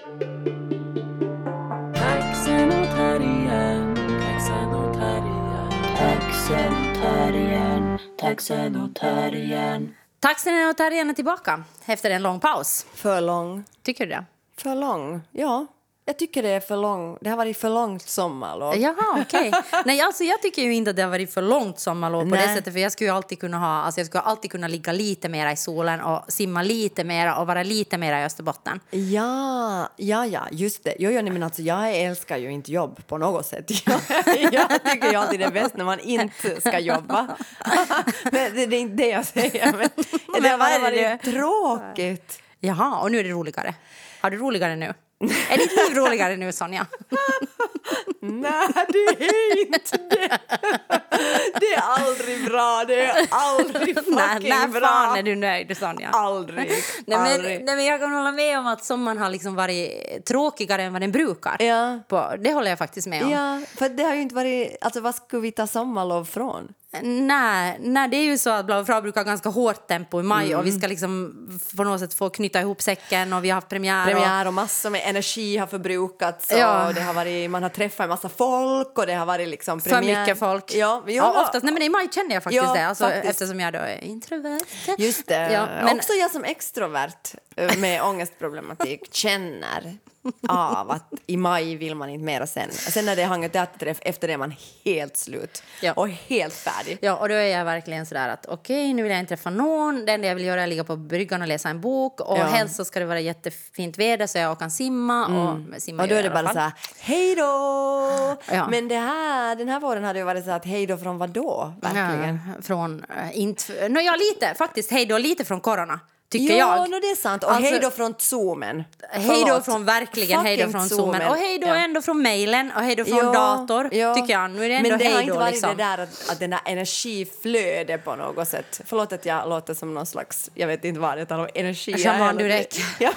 Taxenotarien är tillbaka efter en lång paus. För lång. Tycker du det? För lång, ja. Jag tycker det är för lång. Det har varit för långt sommarlov. Jaha, okej. Nej, alltså jag tycker ju inte att det har varit för långt sommarlov på det sättet. För jag skulle ju alltid kunna jag skulle alltid kunna ligga lite mer i solen och simma lite mer och vara lite mer i Österbotten. Ja, just det. Jo, men alltså jag älskar ju inte jobb på något sätt. Jag tycker ju alltid det är bäst när man inte ska jobba. Men det är inte det jag säger. Men det har varit tråkigt. Jaha, och nu är det roligare. Har du roligare nu? Är ditt liv roligare nu, Sonja? Nej, det är inte det. Det är aldrig bra. Det är aldrig fucking bra. När fan är du nöjd, Sonja? Aldrig. Nej, men jag kan hålla med om att sommaren har liksom varit tråkigare än vad den brukar. Ja. Det håller jag faktiskt med om. Ja, för det har ju inte varit... Alltså, vad skulle vi ta sommarlov från? Nej, det är ju så att Blau Frau brukar ha ganska hårt tempo i maj och vi ska liksom på något sätt få knyta ihop säcken och vi har haft premiär och massor med energi har förbrukats och det har varit, man har träffat en massa folk och det har varit liksom premiär. För mycket folk. Ja, oftast. Nej, men i maj känner jag faktiskt det. Alltså, eftersom jag då är introvert. Just det. Ja, men också jag som extrovert med ångestproblematik känner av att i maj vill man inte mera sen när det är hanget teaterträff, efter det är man helt slut och helt färdig. Ja, och då är jag verkligen sådär att okej, nu vill jag inte träffa någon. Det enda jag vill göra är att ligga på bryggan och läsa en bok och helst så ska det vara jättefint väder så jag kan simma och då är det bara så här, hej då! Ja. Men den här våren hade ju varit så att hej då från vad då? Verkligen. Ja, från lite faktiskt, hej då lite från corona. Tycker jag. Ja, det är sant. Och hej då från Zoomen. Hej då från verkligen, hej då från Zoomen. Och hej då ändå från mejlen och hej då från dator, tycker jag. Nu är det ändå men det har inte varit liksom. det där att den där energiflöde på något sätt. Förlåt att jag låter som någon slags, jag vet inte vad det är, energi. Shaman Durek. Ja.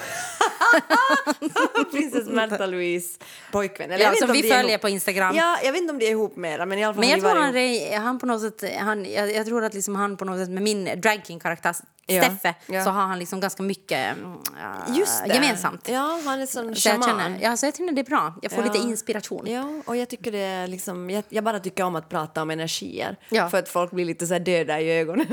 Prinsess Märta Louise pojkvän. Eller som vi följer på Instagram. Ja, jag vet inte om de är ihop med men i alla fall. Men jag tror han på något sätt, jag tror att liksom han på något sätt med min drag king-karaktär Steffe, så har han liksom ganska mycket gemensamt. Ja, han är sån shaman. Jag känner det är bra. Jag får lite inspiration. Ja, och jag tycker det är liksom, jag bara tycker om att prata om energier. Ja. För att folk blir lite så här döda i ögonen.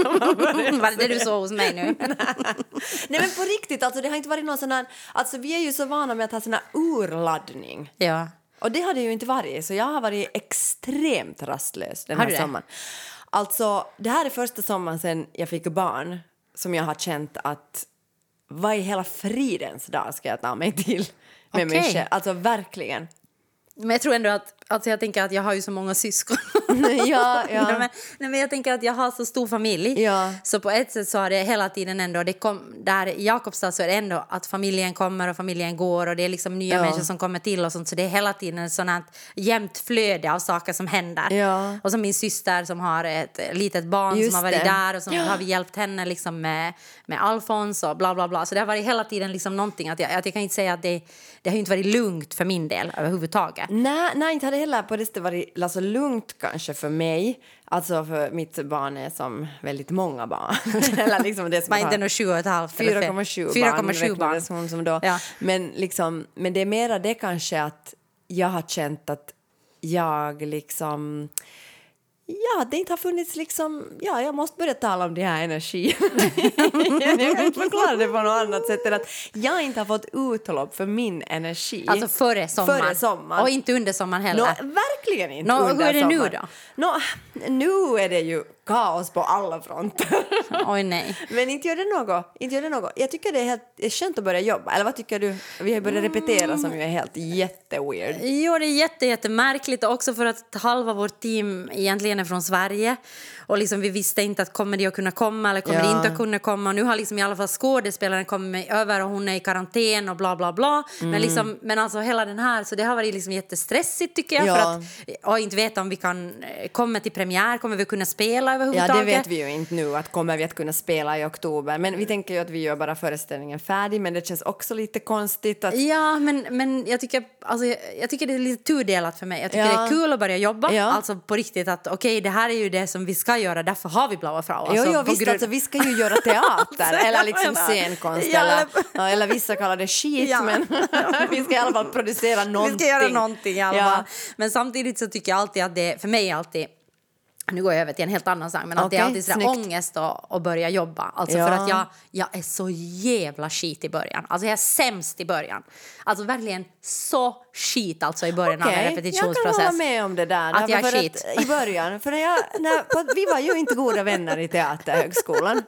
Var det du så hos mig nu? Nej, men på riktigt, alltså det har inte varit någon sån här, alltså vi är ju så vana med att ha sån här urladdning. Ja. Och det har det ju inte varit, så jag har varit extremt rastlös den här sommaren. Alltså, det här är första sommaren sedan jag fick barn som jag har känt att vad i hela fridens dag ska jag ta mig till med mig själv. Alltså verkligen. Men jag tror ändå att jag tänker att jag har ju så många syskon. Ja. Nej, men jag tänker att jag har så stor familj. Ja. Så på ett sätt så har det hela tiden ändå, där i Jakobstad så är det ändå att familjen kommer och familjen går och det är liksom nya människor som kommer till och sånt. Så det är hela tiden ett sånt här jämnt flöde av saker som händer. Ja. Och som min syster som har ett litet barn som har varit där och så har vi hjälpt henne liksom med Alfons och bla bla bla. Så det har varit hela tiden liksom någonting att jag kan inte säga att det har ju inte varit lugnt för min del överhuvudtaget. Nej, inte hade heller på det varit alltså, lugnt kanske för mig. Alltså för mitt barn är som väldigt många barn. Eller liksom det som var inte 7,5 4,7 barn hon som då. Ja. Men det är mera det kanske att jag har känt att jag liksom det inte har funnits liksom, jag måste börja tala om det här energin. Jag kan inte förklara det på något annat sätt än att jag inte har fått utlopp för min energi. Alltså före sommaren. Och inte under sommaren heller. Verkligen inte under sommaren. Hur är det nu då? Nu är det ju kaos på alla fronter. Oj nej. Men inte gör det något. Jag tycker det är skönt att börja jobba. Eller vad tycker du? Vi har börjat repetera som ju är helt jätteweird. Jo, det är jättemärkligt också för att halva vårt team egentligen är från Sverige. Och liksom vi visste inte att kommer det att kunna komma eller kommer det inte att kunna komma. Och nu har liksom i alla fall skådespelaren kommit över och hon är i karantän och bla bla bla. Men alltså hela den här, så det har varit liksom jättestressigt tycker jag. För att inte veta om vi kan komma till premiär, kommer vi kunna spela överhuvudtaget. Ja, det vet vi ju inte nu, att kommer vi att kunna spela i oktober. Men vi tänker ju att vi gör bara föreställningen färdig, men det känns också lite konstigt att... Ja, men jag tycker det är lite tudelat för mig. Jag tycker det är kul att börja jobba, alltså på riktigt, att okej, det här är ju det som vi ska göra, därför har vi Blåa Frau. Alltså, visst, alltså, vi ska ju göra teater, eller liksom scenkonst, eller vissa kallar det skit, men vi ska i alla fall producera någonting. Vi ska göra någonting i alla fall. Men samtidigt så tycker jag alltid att det, för mig alltid, nu går jag över till en helt annan sak, men att det är alltid sådär ångest att börja jobba. Alltså för att jag är så jävla skit i början. Alltså jag är sämst i början. Alltså verkligen så skit alltså i början av en repetitionsprocess. Jag kan hålla med om det där. Att jag är skit. I början, vi var ju inte goda vänner i teaterhögskolan.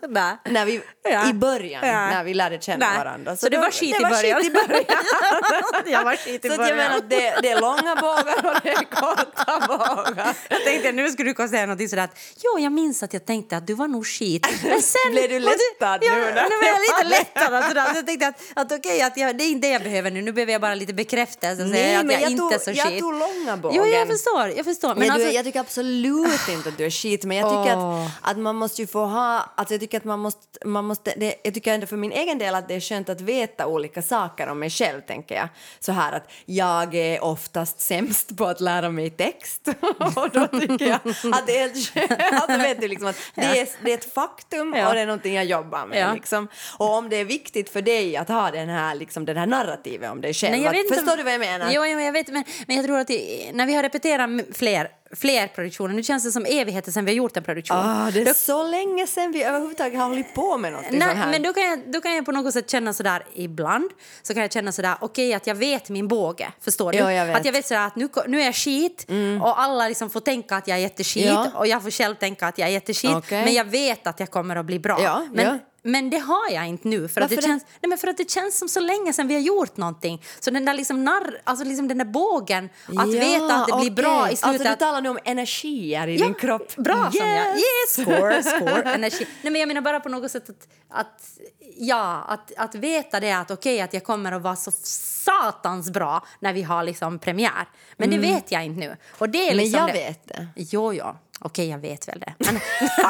I början, när vi lärde känna varandra. Så det var skit i början. Jag var skit i början. Så jag menar att det är långa bågar och det är korta bågar. Jag tänkte, nu skulle du kunna säga något sådär att jag minns att jag tänkte att du var nog skit. Men sen blev du lättad nu? Nu blev jag lite lättad. Alltså, jag tänkte att okej, att det är inte det jag behöver nu. Nu behöver jag bara lite bekräftelse och säga att jag inte är så skit. Jag tog långa bågen. Jo, jag förstår. Men alltså, jag tycker absolut inte att du är skit. Men jag tycker att man måste ju få ha... Alltså jag tycker att man måste jag tycker ändå för min egen del att det är skönt att veta olika saker om mig själv, tänker jag. Så här att jag är oftast sämst på att lära mig text. Och då tycker jag att det är helt skönt. Alltså vet du liksom att det är ett faktum och det är någonting jag jobbar med. Liksom. Och om det är viktigt för dig att ha den här narrativet om dig själv. Nej, förstår du vad jag menar? Jo, jag vet, men jag tror att när vi har repeterat fler produktioner, nu känns det som evigheter sedan vi har gjort en produktion. Det är så länge sedan vi överhuvudtaget har hållit på med något sånt här. Men då kan jag på något sätt känna sådär ibland, så kan jag känna sådär, okej, att jag vet min båge, förstår du? Jag vet. Att jag vet sådär att nu är jag skit och alla liksom får tänka att jag är jätteskit och jag får själv tänka att jag är jätteskit, men jag vet att jag kommer att bli bra. Men det har jag inte nu, för att det känns som så länge sedan vi har gjort någonting. Så den där liksom den där bågen att veta att det blir bra i slutet. Alltså du talar nu om energier i din kropp. Bra, Sonja. Score, energi. Nej, men jag menar bara på något sätt att veta det, att okej, att jag kommer att vara så satans bra när vi har liksom premiär. Men det vet jag inte nu. Och det är liksom men jag vet det. Jo. Okej, jag vet väl det. Men...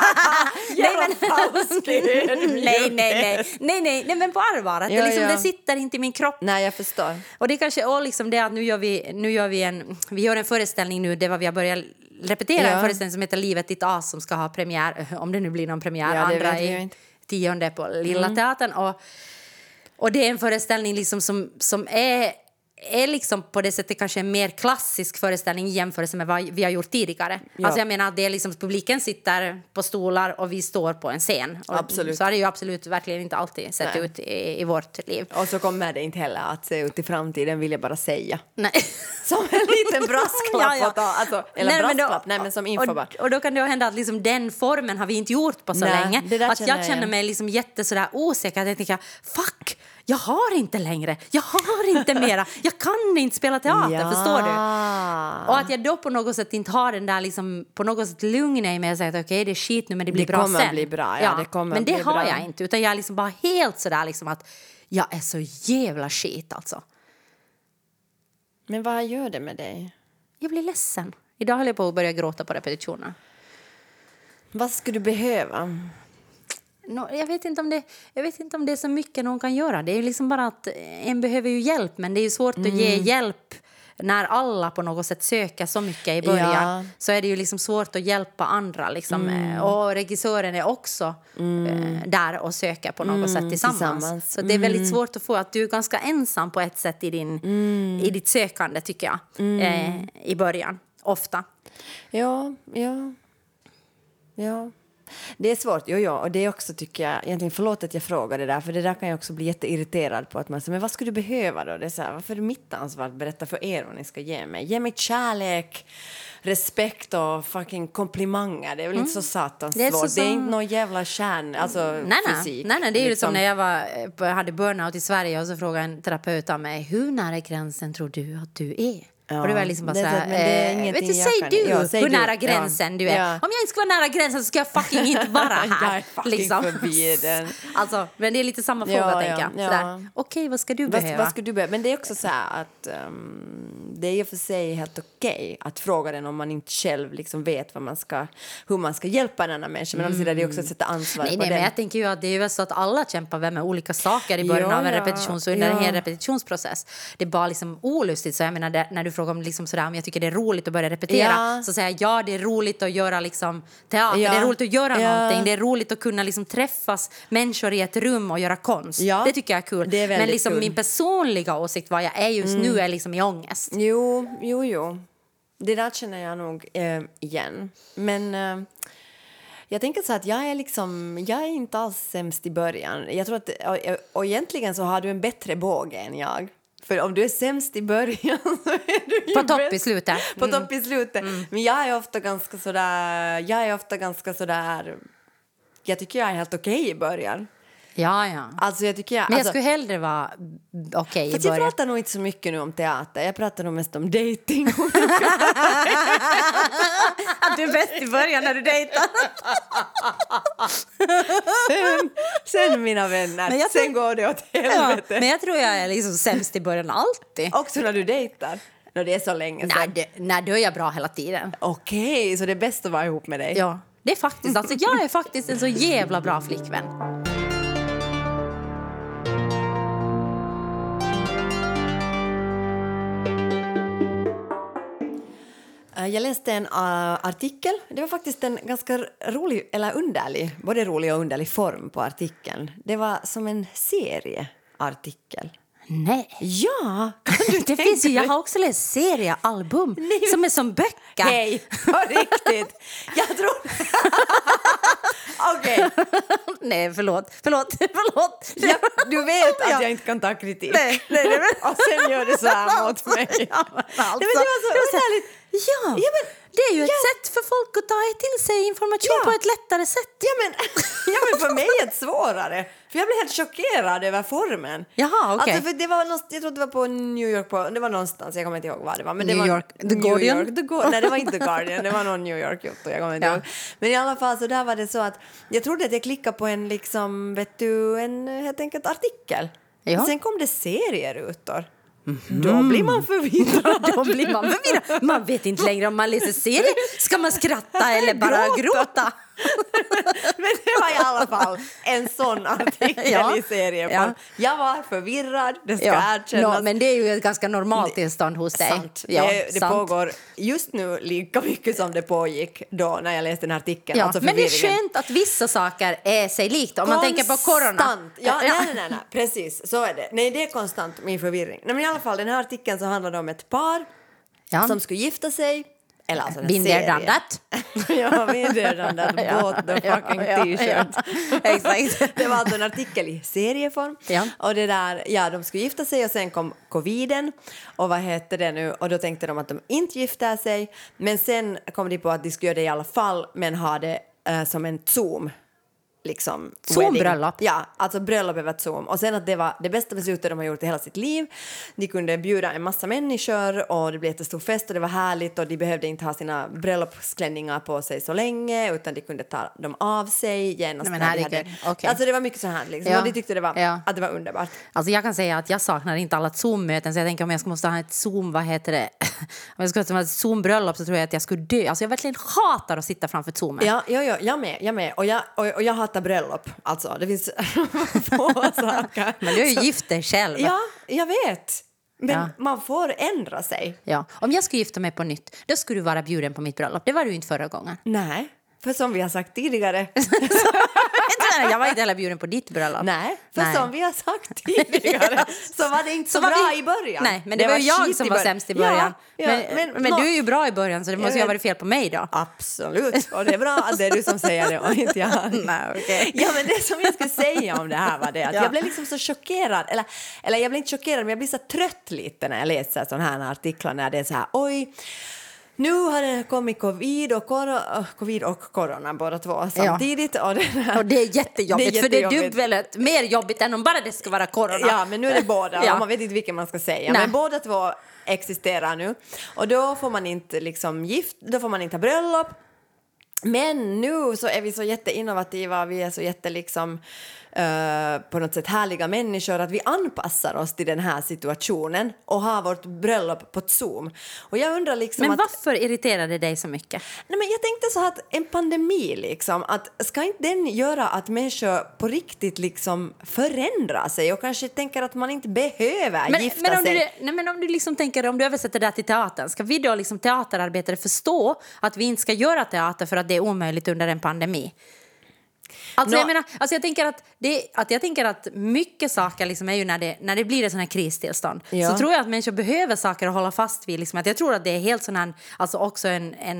Nej, men på allvar. Att det sitter inte i min kropp. Nej, jag förstår. Och det kanske liksom det att vi gör en föreställning nu där vi har börjat repetera en föreställning som heter Livet ditt as, som ska ha premiär, om det nu blir någon premiär, andra i 10:e på Lilla Teatern. Och det är en föreställning liksom som är liksom på det sättet kanske en mer klassisk föreställning i jämförelse med vad vi har gjort tidigare. Alltså jag menar att det är liksom publiken sitter på stolar och vi står på en scen. Absolut. Så har det ju absolut verkligen inte alltid sett ut i vårt liv. Och så kommer det inte heller att se ut i framtiden, vill jag bara säga. Nej. Som en liten brasklapp. Alltså, eller brasklapp, men som info bara. Och då kan det hända att liksom den formen har vi inte gjort på så länge. Att jag känner mig liksom sådär osäker. Att jag tänker, fuck! Jag har inte längre. Jag har inte mera. Jag kan inte spela teater, förstår du? Och att jag då på något sätt inte har den där liksom, på något sätt lugna i mig och säga att okej, det är skit nu, men det blir bra sen. Det kommer bli bra, det kommer men det bli har bra. jag inte, utan jag är liksom bara helt sådär liksom att jag är så jävla skit alltså. Men vad gör det med dig? Jag blir ledsen. Idag höll jag på att börja gråta på repetitionen. Vad skulle du behöva? Jag vet inte om det är så mycket någon kan göra. Det är ju liksom bara att en behöver ju hjälp, men det är ju svårt att ge hjälp när alla på något sätt söker så mycket i början. Så är det ju liksom svårt att hjälpa andra liksom. Och regissören är också där och söker på något sätt tillsammans. Så det är väldigt svårt att få, att du är ganska ensam på ett sätt i ditt sökande, tycker jag, i början, ofta. Ja. Det är svårt, och det är också, tycker jag, egentligen, förlåt att jag frågar det där, för det där kan jag också bli jätteirriterad på, att man säger, men vad skulle du behöva då? Det är så här, varför är det mitt ansvar att berätta för er vad ni ska ge mig? Ge mig kärlek, respekt och fucking komplimanger. Det är väl inte så satans svårt. Det är inte någon jävla fysik. Nej, det är ju liksom när jag hade burnout i Sverige och så frågade en terapeut av mig, hur nära gränsen tror du att du är? Ja, och det var liksom bara såhär, vet du, säg hur nära gränsen du är. Om jag inte ska vara nära gränsen så ska jag fucking inte vara här. Jag är fucking liksom förbi den. Alltså, men det är lite samma fråga, tänker jag. Okej, vad ska du behöva? Vad ska du behöva? Men det är också så här att det är ju för sig helt okej att fråga den om man inte själv liksom vet hur man ska hjälpa en annan människa. Men det är också att sätta ansvar på den. Men jag tänker ju att det är ju så att alla kämpar med olika saker i början av en repetition, så under en hel repetitionsprocess. Det är bara liksom olustigt. Så jag menar, när du frågar om liksom sådär, om jag tycker det är roligt att börja repetera, så säger jag det är roligt att göra liksom teater, det är roligt att göra någonting, det är roligt att kunna liksom träffas människor i ett rum och göra konst. Det tycker jag är kul. Det är men liksom kul. Min personliga åsikt vad jag är just nu är liksom i ångest. Jo. Det där känner jag nog igen. Men jag tänker så att jag är inte alls sämst i början. Jag tror att, och egentligen så har du en bättre båge än jag. För om du är sämst i början så är du ju på topp i slutet. På topp i slutet. Men jag är ofta ganska sådär... Jag tycker jag är helt okej i början. Ja. Alltså jag tycker men jag skulle hellre vara okej i början. Jag pratar nog inte så mycket nu om teater. Jag pratar nog mest om dating. Att du är bäst i början när du dejtar. sen mina vänner. Sen går det åt helvete. Ja, men jag tror jag är liksom sämst i början alltid. Också när du dejtar. När det är så länge sedan. Nej, då är jag bra hela tiden. Okej, så det är bäst att vara ihop med dig. Ja, det är faktiskt. Alltså jag är faktiskt en så jävla bra flickvän. Jag läste en artikel. Det var faktiskt en ganska rolig, eller underlig, både rolig och underlig form på artikeln. Det var som en serieartikel. Nej. Ja, det finns ju, jag har också läst seriealbum som är som böcker. Nej, på riktigt. Jag tror... Okej. Nej, förlåt. Ja, du vet att jag inte kan ta kritik. Nej. Och sen gör det så här mot mig. Ja, men alltså, det var så härligt. Ja, men det är ju ett sätt för folk att ta till sig information på ett lättare sätt. Ja, men för mig är det svårare. För jag blev helt chockerad över formen. Jaha, okej. Alltså, för det var jag tror det var på New York, det var någonstans, jag kommer inte ihåg vad det var. Men New det var York, The Guardian? Nej, det var inte The Guardian, det var någon New York-jotto, jag kommer inte ihåg. Men i alla fall så där var det så att jag trodde att jag klickade på en liksom, en helt enkelt artikel. Ja. Sen kom det serierutor. Då blir man förvirrad. Man vet inte längre om man läser serier. Ska man skratta eller bara gråta? Men det var i alla fall en sån artikel i serien. Ja. Jag var förvirrad, det ska erkännas. Men det är ju ett ganska normalt tillstånd hos dig. Sant. Det pågår just nu lika mycket som det pågick då när jag läste den här artikeln. Ja. Alltså men det är skönt att vissa saker är sig likt. Om man tänker på corona. Ja, nej, precis. Så är det. Nej, det är konstant min förvirring. Men i alla fall, den här artikeln så handlar det om ett par som skulle gifta sig. Eller alltså en serie. Ja, binderdandat. Bought the fucking t-shirt. Exakt. Det var alltså en artikel i serieform. Ja. Och det där, de skulle gifta sig och sen kom coviden. Och vad heter det nu? Och då tänkte de att de inte gifter sig. Men sen kom de på att de skulle göra det i alla fall. Men ha det som en Zoom. Liksom Zoom-bröllop. Ja, alltså bröllop över Zoom. Och sen att det var det bästa beslutet de har gjort i hela sitt liv. De kunde bjuda en massa människor och det blev en stor fest och det var härligt och de behövde inte ha sina bröllopsklänningar på sig så länge utan de kunde ta dem av sig genast. Okay. Alltså det var mycket så här liksom. Och de tyckte att det var underbart. Alltså jag kan säga att jag saknar inte alla Zoom-möten så jag tänker om jag måste ha ett Zoom, vad heter det? Om jag skulle ha ett Zoom-bröllop så tror jag att jag skulle dö. Alltså jag verkligen hatar att sitta framför Zoomen. Ja, jag med. Och jag hatar bröllop. Alltså, det finns få saker. Men du är ju gift dig själv. Ja, jag vet. Men man får ändra sig. Ja. Om jag skulle gifta mig på nytt, då skulle du vara bjuden på mitt bröllop. Det var du inte förra gången. Nej, för som vi har sagt tidigare. Jag var inte heller bjuden på ditt bröllop. Nej, för som vi har sagt tidigare så var det inte så bra i början. Nej, men det var jag som var sämst i början. Men du är ju bra i början så det måste ju ha varit fel på mig då. Absolut, och det är bra att det är du som säger det och inte jag. Nej, okay. Ja, men det som jag skulle säga om det här var det att jag blev liksom så chockerad. Eller jag blev inte chockerad men jag blir så trött lite när jag läser sådana här artiklar när det är så här, oj. nu har det kommit covid och corona båda två samtidigt. Ja. Och det är jättejobbigt, för det är dubbelt mer jobbigt än om bara det ska vara corona. Ja, men nu är det båda och man vet inte vilken man ska säga. Nej. Men båda två existerar nu. Och då får man inte liksom då får man inte ha bröllop. Men nu så är vi så jätteinnovativa, vi är så liksom på något sätt härliga människor att vi anpassar oss till den här situationen och har vårt bröllop på Zoom. Och jag undrar liksom men varför irriterar det dig så mycket? Nej, men jag tänkte så att en pandemi liksom, att ska inte den göra att människor på riktigt liksom förändrar sig och kanske tänker att man inte behöver gifta sig. Men om du liksom tänker, om du översätter det där till teatern, ska vi då liksom teaterarbetare förstå att vi inte ska göra teater för att det är omöjligt under en pandemi? Jag tänker att mycket saker liksom är ju när det blir ett sån här kristillstånd, så tror jag att människor behöver saker att hålla fast vid liksom, att jag tror att det är helt sån här, alltså också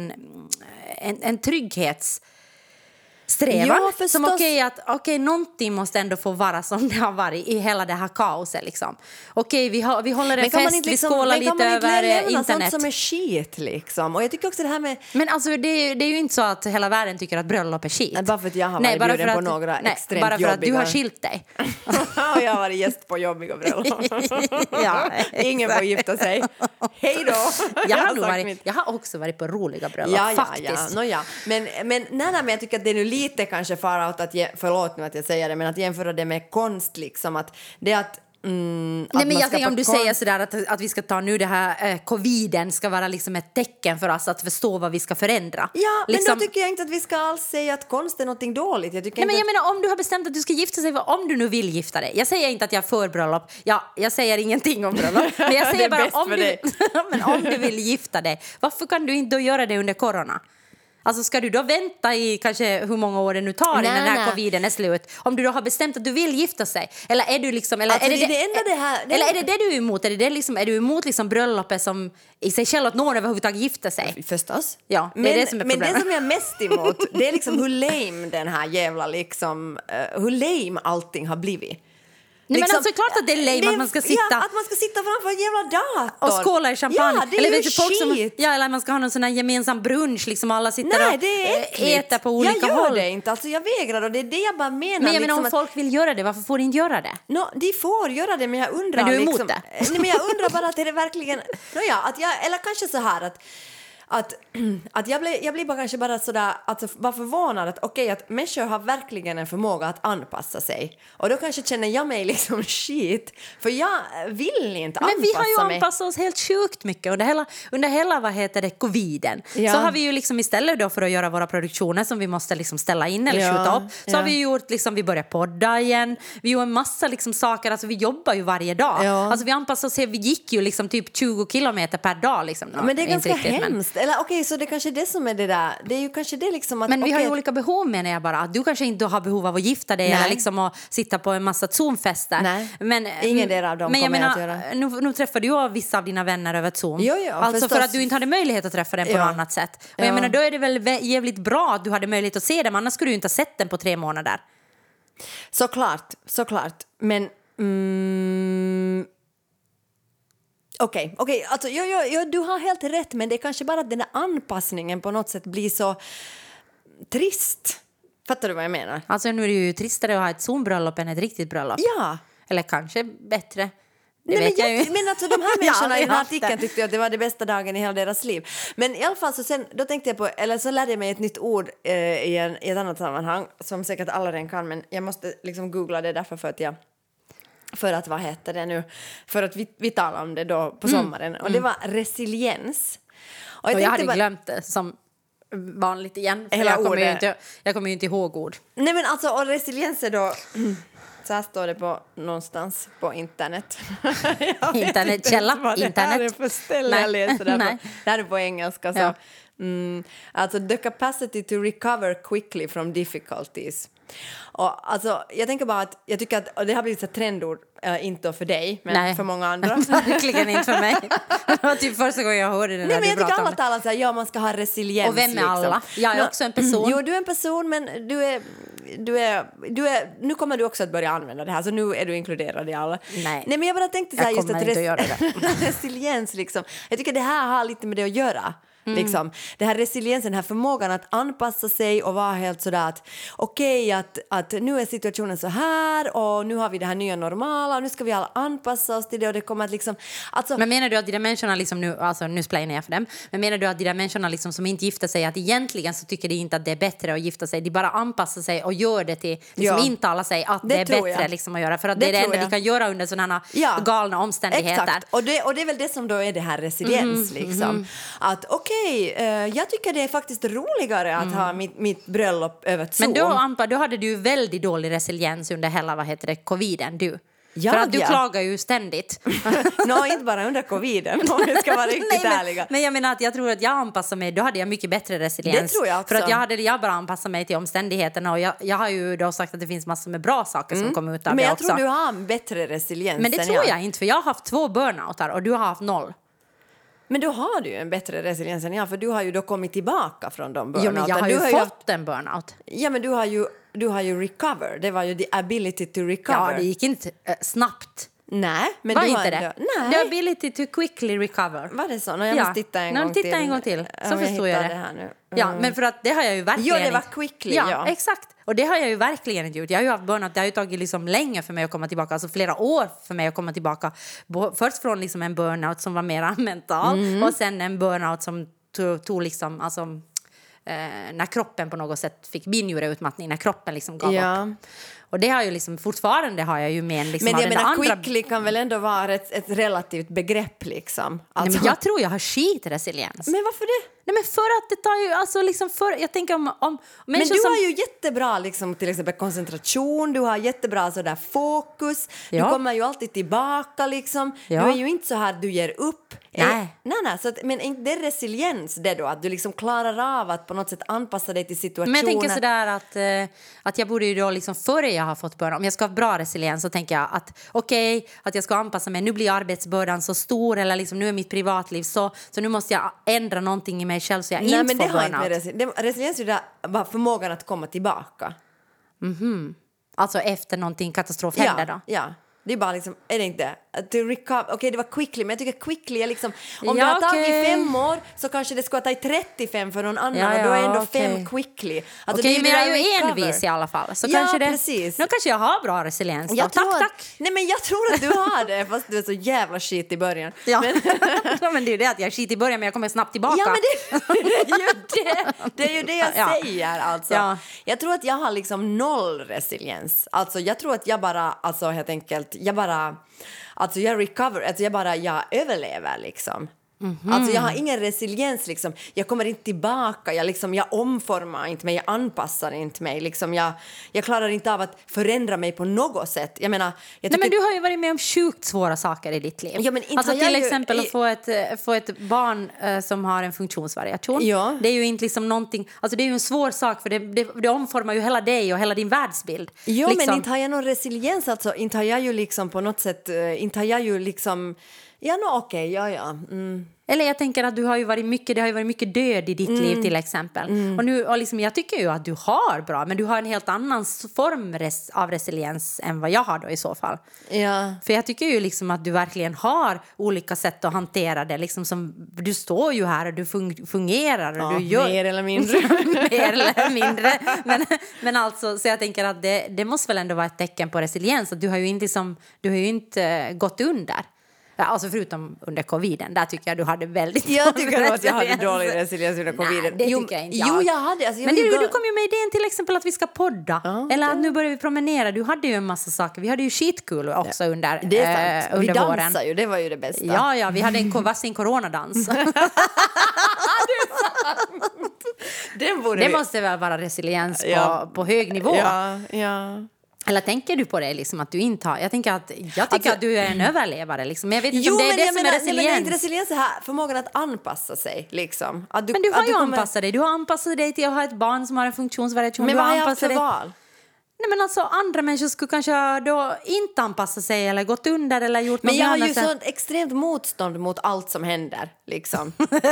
en trygghets strävan, ja, som okej, någonting måste ändå få vara som det har varit i hela det här kaoset liksom. Okej, vi håller en fest, vi skålar lite över internet. Sånt som är skit liksom. Och jag tycker också det här med... Men alltså det är ju inte så att hela världen tycker att bröllop är skit. Nej, bara för att jag har varit bjuden på några extremt jobbiga... Bara för att du har skilt dig. Och jag har varit gäst på jobbiga bröllop. Ja, ingen får gifta sig. Hej då! Jag har också varit på roliga bröllop, faktiskt. Men jag tycker att det är nu lite kanske fara åt att förlåt nu att jag säger det, men att jämföra det med konst liksom, att det är att nej, men jag tänker om du säger sådär att vi ska ta nu det här coviden ska vara liksom ett tecken för oss att förstå vad vi ska förändra. Ja, liksom, men då tycker jag inte att vi ska alls säga att konst är någonting dåligt. Jag menar, om du har bestämt att du ska gifta sig, om du nu vill gifta dig. Jag säger inte att jag är för bröllop. Jag säger ingenting om bröllop. Men jag säger bara om du vill gifta dig, varför kan du inte då göra det under corona? Alltså ska du då vänta i kanske hur många år det nu tar innan den här coviden är slut? Om du då har bestämt att du vill gifta sig, eller är du liksom, eller alltså, är det du är emot? Är du emot liksom bröllopet som i sig själv att någon överhuvudtaget gifter sig? Förstås. Ja, det är det som är problemet. Men det som jag är mest emot, det är liksom hur lame den här jävla liksom, hur lame allting har blivit. Nej, liksom, men alltså klart att det är lame att man ska sitta... Ja, att man ska sitta framför en jävla dator. Och skåla i champagne. Ja, det är eller ju skit. Eller man ska ha någon sån här gemensam brunch, liksom alla sitter och äter på olika håll. Jag gör det inte, alltså jag vägrar och det är det jag bara menar. Men jag liksom menar om folk vill göra det, varför får de inte göra det? De får göra det, men jag undrar... Men du är emot liksom, det? Nej, men jag undrar bara att är det verkligen... eller kanske så här att jag blir bara kanske bara sådär att bara förvånad att att människor har verkligen en förmåga att anpassa sig, och då kanske känner jag mig liksom shit för jag vill inte anpassa mig. Men vi har ju anpassat oss helt sjukt mycket under hela coviden. Så har vi ju liksom istället då för att göra våra produktioner som vi måste liksom ställa in eller skjuta upp, så har vi gjort liksom, vi börjar podda igen, vi gör en massa liksom saker, alltså vi jobbar ju varje dag. Alltså vi anpassar oss, vi gick ju liksom typ 20 kilometer per dag liksom. Men det är ganska hemskt. Eller så det kanske är det som är det där. Det är ju kanske det liksom att... Men vi har ju olika behov, menar jag bara. Att du kanske inte har behov av att gifta dig eller liksom att sitta på en massa Zoom-fester. Nej, men, ingen del av dem kommer att göra. Nu träffar du ju vissa av dina vänner över Zoom. Jo, alltså förstås. för att du inte hade möjlighet att träffa den på något annat sätt. Och jag menar, då är det väl jävligt bra att du hade möjlighet att se dem. Annars skulle du inte ha sett den på 3 månader. Såklart. Men... Okej, alltså du har helt rätt, men det är kanske bara att den där anpassningen på något sätt blir så trist. Fattar du vad jag menar? Alltså nu är det ju tristare att ha ett Zoom-bröllop än ett riktigt bröllop. Ja. Eller kanske bättre. Men alltså de här människorna i den här artikeln tyckte att det var det bästa dagen i hela deras liv. Men i alla fall då tänkte jag på, eller så lärde jag mig ett nytt ord i ett annat sammanhang som säkert alla redan kan, men jag måste liksom googla det därför vad heter det nu? För att vi talar om det då på sommaren. Och det var resiliens. Och jag hade glömt det som vanligt igen. För jag kommer ju inte ihåg ord. Nej, men alltså, och resiliens är då... Så här står det på någonstans på internet. Internetkälla. Internet. Det här är för ställe jag läser det. Det här är på engelska. Så. Alltså, the capacity to recover quickly from difficulties. Och alltså, jag tänker bara att jag tycker att det har blivit ett trendord, inte för dig, men för många andra. Verkligen inte för mig. Det var typ första gången jag hörde det. Nej, men jag tycker alla talar så här, man ska ha resiliens. Och vem är liksom alla? Jag är också en person. Jo, du är en person, men du är nu kommer du också att börja använda det här, så nu är du inkluderad i alla. Nej, men jag bara tänkte så här, just att resiliens liksom. Jag tycker det här har lite med det att göra. Liksom. Det här resiliensen, den här förmågan att anpassa sig och vara helt sådär att okej, att nu är situationen så här och nu har vi det här nya normala och nu ska vi alla anpassa oss till det och det kommer att liksom... Alltså, men menar du att de där människorna liksom nu, alltså nu splainar jag för dem, men menar du att de där människorna liksom som inte gifter sig, att egentligen så tycker de inte att det är bättre att gifta sig, de bara anpassar sig och gör det till, liksom intalar sig att det är bättre liksom att göra, för att det är det enda de kan göra under sådana galna omständigheter. Exakt, och det är väl det som då är det här resiliens liksom. Att jag tycker det är faktiskt roligare att ha mitt bröllop över Zoom. Men då hade du väldigt dålig resiliens under hela, coviden, du. För att du klagar ju ständigt. Inte bara under coviden, om vi ska vara riktigt ärliga. Men jag menar att jag tror att jag anpassar mig, då hade jag mycket bättre resiliens. Det tror jag också. För att jag bara anpassar mig till omständigheterna och jag har ju då sagt att det finns massor med bra saker som kommer ut av det också. Men jag tror du har en bättre resiliens. Men det tror jag inte, för jag har haft 2 burnoutar och du har haft 0. Men då har du ju en bättre resiliens än jag, för du har ju då kommit tillbaka från de burnoutarna. Ja, men jag har ju fått en burnout. Ja, men du har ju recover. Det var ju the ability to recover. Ja, det gick inte snabbt. Nej, men var du inte har det? Nej. The ability to quickly recover. Var det så? Jag måste titta en gång till. Så förstår jag det. Här nu. Ja, men för att det har jag ju verkligen... Jo, det var quickly, ja. Exakt. Och det har jag ju verkligen inte gjort. Jag har ju haft burnout. Det har ju tagit liksom länge för mig att komma tillbaka. Alltså flera år för mig att komma tillbaka. Först från liksom en burnout som var mer mental. Och sen en burnout som tog liksom... Alltså, när kroppen på något sätt fick binjureutmattning. När kroppen liksom gav upp. Och det har ju liksom, fortfarande har jag ju med en liksom... Men jag menar, quickly kan väl ändå vara ett relativt begrepp liksom. Alltså. Nej, men jag tror jag har skitresiliens. Men varför det? Nej, men för att det tar ju, alltså liksom jag tänker om men du har ju jättebra liksom, till exempel koncentration, du har jättebra sådär fokus, du kommer ju alltid tillbaka liksom. Du är ju inte så här du ger upp. Nej. Nej, så att, men inte det är resiliens det då, att du liksom klarar av att på något sätt anpassa dig till situationen. Men jag tänker sådär att jag borde ju då liksom före jag har fått börja, om jag ska ha bra resiliens så tänker jag att att jag ska anpassa mig, nu blir arbetsbördan så stor eller liksom nu är mitt privatliv så nu måste jag ändra någonting i mig själv så jag inte får burnout. Resiliens är ju bara förmågan att komma tillbaka. Alltså efter någonting katastrof händer då? Ja. Det är bara liksom, är det inte? Okej, det var quickly, men jag tycker quickly är liksom... Om det har tagit 5 år så kanske det ska ta 35 för någon annan och då är ändå 5 quickly. Alltså, men jag är ju envis i alla fall. Så kanske precis. Nu kanske jag har bra resiliens. Tack. Nej, men jag tror att du har det, fast du är så jävla skit i början. Ja, men det är ju det att jag är skit i början, men jag kommer snabbt tillbaka. Ja, men det är ju det jag säger, alltså. Ja. Jag tror att jag har liksom 0 resiliens. Alltså, jag tror att jag bara, alltså helt enkelt, jag recover, alltså jag överlever liksom. Alltså jag har ingen resiliens liksom. Jag kommer inte tillbaka, jag omformar inte mig, jag anpassar inte mig liksom. Jag klarar inte av att förändra mig på något sätt. Jag menar, Nej, men du har ju varit med om sjukt svåra saker i ditt liv. Ja, men alltså till exempel att få ett barn som har en funktionsvariation. Ja. Det är ju inte liksom någonting, alltså det är ju en svår sak för det omformar ju hela dig och hela din världsbild. Ja, liksom. Men inte har jag någon resiliens, alltså inte har jag ju liksom på något sätt, inte har jag ju liksom... Eller jag tänker att det har ju varit mycket död i ditt liv till exempel. Och liksom, jag tycker ju att du har bra, men du har en helt annan form av resiliens än vad jag har då i så fall. Ja. För jag tycker ju liksom att du verkligen har olika sätt att hantera det. Liksom som, du står ju här och du fungerar. Och du gör mer eller mindre. mer eller mindre. Men alltså, så jag tänker att det måste väl ändå vara ett tecken på resiliens. Att du har ju inte gått under. Alltså förutom under coviden, där tycker jag du hade väldigt... Jag tycker att jag hade dålig resiliens under coviden. Nej, det tycker jag inte. Jo, jag hade. Alltså, men du kom ju med idén till exempel att vi ska podda. Ja, eller att nu börjar vi promenera. Du hade ju en massa saker. Vi hade ju skitkul också under det är sant. Under vi våren. Dansade ju, det var ju det bästa. Ja, vi hade en varsin coronadans. Det är sant. Det måste väl vara resiliens på hög nivå. Ja. Eller tänker du på det liksom att du inte har... Jag tycker att du är en överlevare liksom. Men jag vet inte om det är det som är resiliens. Nej, men inte resiliens här. Förmågan att anpassa sig liksom. Men du har ju anpassat dig. Du har anpassat dig till att ha ett barn som har en funktionsvariation. Men vad har jag haft för val? Nej, men alltså andra människor skulle kanske då inte anpassa sig eller gått under eller gjort något. Men jag har ju sånt extremt motstånd mot allt som händer, liksom.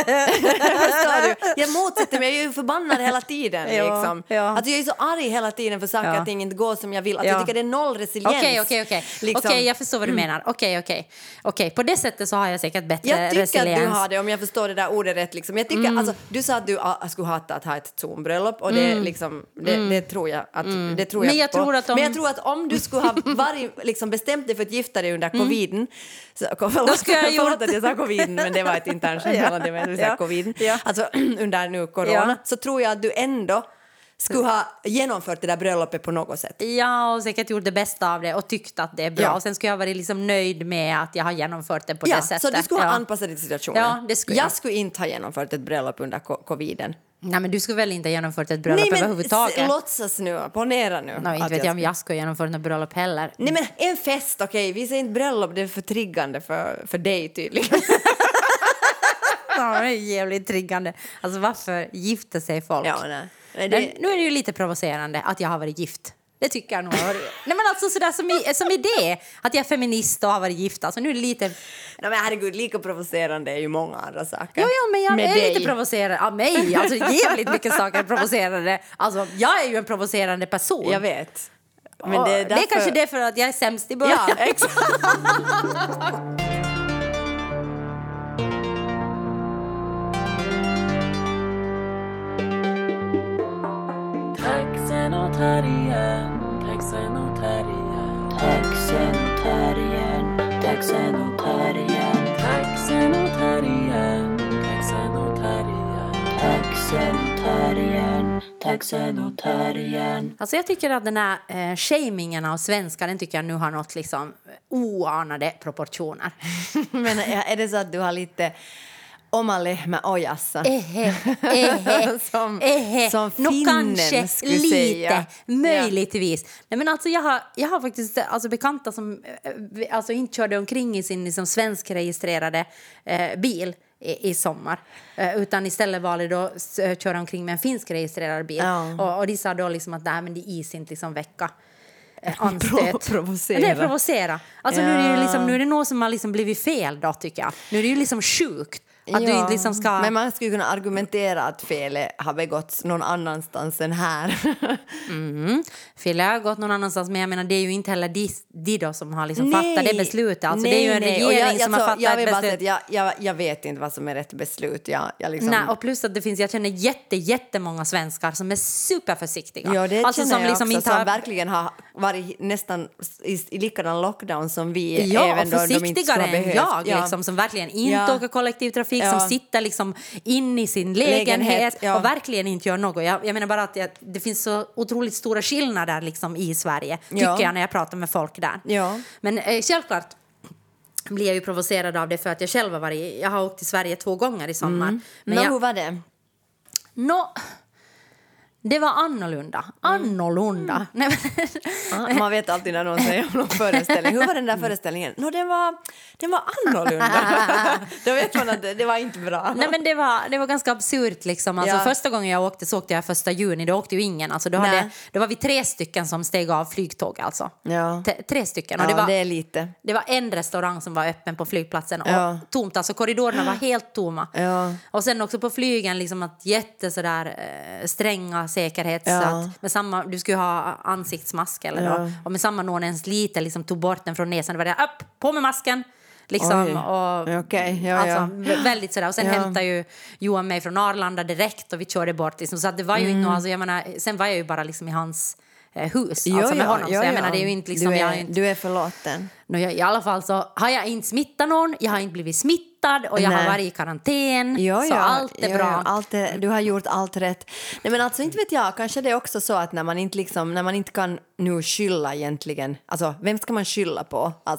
Jag motsätter mig, jag är ju förbannad hela tiden, liksom. Att jag är så arg hela tiden för saker att ting inte går som jag vill. Att jag tycker det är noll resiliens. Okej, jag förstår vad du menar. Okej, på det sättet så har jag säkert bättre resiliens. Jag tycker att du har det, om jag förstår det där ordet rätt, liksom. Jag tycker, alltså, du sa att du skulle hata att ha ett Zoom-bröllop och det, liksom, det tror jag att det tror jag. Men jag tror att om du skulle ha liksom bestämt dig för att gifta dig under coviden, förlåt att jag sa coviden, men det var ett internskämt mellan det med coviden, alltså under nu corona, så tror jag att du ändå skulle ha genomfört det där bröllopet på något sätt. Ja, och säkert gjort det bästa av det och tyckt att det är bra. Ja. Och sen skulle jag vara liksom nöjd med att jag har genomfört det på det sättet. Så du skulle ha anpassat dig till situationen. Ja, det skulle jag skulle inte ha genomfört ett bröllop under coviden. Nej, men du skulle väl inte ha genomfört ett bröllop överhuvudtaget? Nej, men låtsas nu, ponera nu. Nej, inte vet jag om jag skulle genomföra ett bröllop heller. Nej, men en fest, okej. Vi säger inte bröllop, det är för triggande för dig tydligen. Ja, det är jävligt triggande. Alltså varför gifter sig folk? Ja, nej. Nu är det ju lite provocerande att jag har varit gift. Det tycker jag nog. Nej, men alltså sådär som idé att jag är feminist och har varit gift. Alltså nu är det lite... Nej, men herregud, lika provocerande är ju många andra saker. Jo, men jag är lite provocerande av mig. Alltså jävligt mycket saker är provocerande. Alltså jag är ju en provocerande person. Jag vet. Men det är kanske det för att jag är sämst i början. Ja, exakt. Alltså jag tycker att den här shamingen av svenskar, den tycker jag nu har nått liksom oanade proportioner. Men är det så att du har lite oma lehmä ojassa? Som finnen skulle säga. Möjligtvis. Nej, men alltså jag har faktiskt alltså bekanta som alltså inte körde omkring i sin liksom svenskregistrerade bil i sommar, utan istället valde då köra omkring med en finsk registrerad bil. Och de sa då liksom att nej, men det är inte liksom vecka anstöt. Provocera. Alltså nu är det något som har liksom blivit fel då, tycker jag. Nu är det ju liksom sjukt. Att du inte liksom ska... Men man skulle kunna argumentera att felet har begåtts någon annanstans än här. Felet har gått någon annanstans, men jag menar det är ju inte heller de då som har liksom fattat det beslutet. Alltså det är ju en regering som har fattat ett beslut. Jag vet inte vad som är rätt beslut. Jag liksom... Nej, och plus att jag känner jättemånga svenskar som är superförsiktiga. Ja, det alltså, känner som jag liksom också, inte som verkligen har varit nästan i likadan lockdown som vi. Ja, även och försiktigare än jag, liksom, som verkligen inte åker kollektivtrafik, som sitter liksom in i sin lägenhet och verkligen inte gör något. Jag menar bara att det finns så otroligt stora skillnader liksom i Sverige, tycker jag när jag pratar med folk där. Ja. Men självklart blir jag ju provocerad av det för att jag själv jag har åkt till Sverige 2 gånger i sommar. Men hur var det? Det var annorlunda. Man vet alltid när någon säger om någon föreställning. Hur var den där föreställningen? Den var annorlunda. Då vet man att det var inte bra. Nej, men det var ganska absurt liksom. Alltså, första gången jag åkte så åkte jag 1 juni. Då åkte ju ingen. Alltså, då var vi 3 stycken som steg av flygtåg. Alltså. 3 stycken. Och det är lite. Det var en restaurang som var öppen på flygplatsen och tomt. Alltså korridorerna var helt tomma. Och sen också på flygen liksom att stränga säkerhet, så att med samma, du skulle ha ansiktsmask eller då, och med samma någon ens lite liksom tog bort den från näsan, det var det på med masken liksom. Alltså, väldigt sådär, och sen hämtade ju Johan mig från Arlanda direkt och vi körde bort liksom, så att det var ju inte alltså, jag menar, sen var jag ju bara liksom i hans hus med honom, så jag menar det är ju inte liksom, du är förlåten. I alla fall så har jag inte smittat någon, jag har inte blivit smittad och jag har varit i karantän, så allt är bra. Du har gjort allt rätt. Nej, men alltså inte vet jag, kanske det är också så att när man inte kan nu skylla egentligen, alltså vem ska man skylla på? Alltså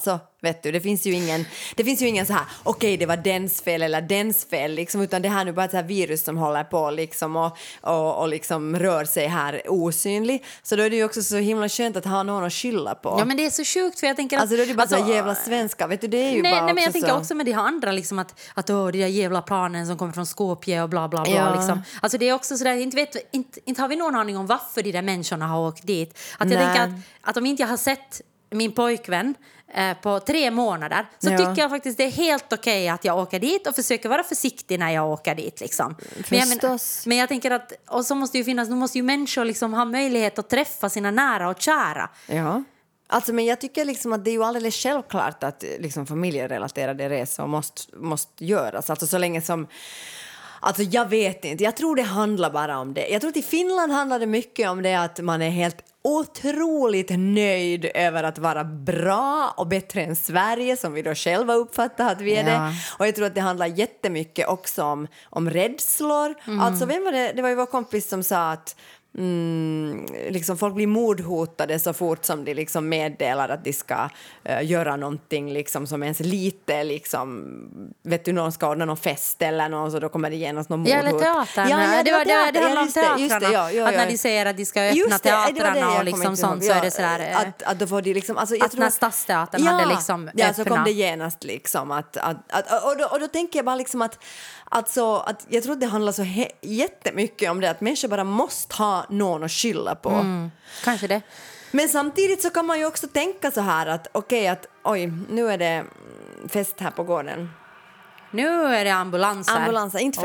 vet du. Det finns ju ingen så här, okej, det var dens fel eller dens fel liksom, utan det här nu bara ett så här virus som håller på liksom och liksom rör sig här osynlig. Så då är det ju också så himla skönt att ha någon att skylla på. Ja, men det är så sjukt, för jag tänker att... Alltså då är det bara så jävla svenska, vet du, det är ju bara men jag tänker så... också med de här andra liksom att det där jävla planen som kommer från Skopje och bla bla bla liksom. Alltså det är också sådär, inte har vi någon aning om varför de där människorna har åkt dit. Att jag tänker att om inte jag har sett min pojkvän på 3 månader så tycker jag faktiskt det är helt okej att jag åker dit och försöker vara försiktig när jag åker dit liksom. Men jag tänker att, och så måste ju finnas, nu måste ju människor liksom ha möjlighet att träffa sina nära och kära. Ja. Alltså, men jag tycker liksom att det är ju alldeles självklart att liksom familjerelaterade resor måste göras. Alltså så länge som... Alltså jag vet inte, jag tror det handlar bara om det. Jag tror att i Finland handlar det mycket om det att man är helt otroligt nöjd över att vara bra och bättre än Sverige, som vi då själva uppfattar att vi är det. Och jag tror att det handlar jättemycket också om rädslor. Alltså vem var det? Det var ju vår kompis som sa att liksom folk blir mordhotade så fort som de liksom meddelar att de ska göra någonting liksom som ens lite liksom, vet du, någon ska ordna någon fest eller någon, så då kommer det genast någon mordhot. Eller teatern. Det handlar om teatrarna. Att när de säger att de ska öppna teatrarna och liksom sånt, så är det sådär att då får de liksom, alltså, att när Stadsteatern hade liksom öppna. Ja, så kom det genast liksom och då tänker jag bara liksom att jag tror att det handlar så jättemycket om det, att människor bara måste ha någon att skylla på. Kanske det. Men samtidigt så kan man ju också tänka så här att oj, nu är det fest här på gården. Nu är det ambulanser, inte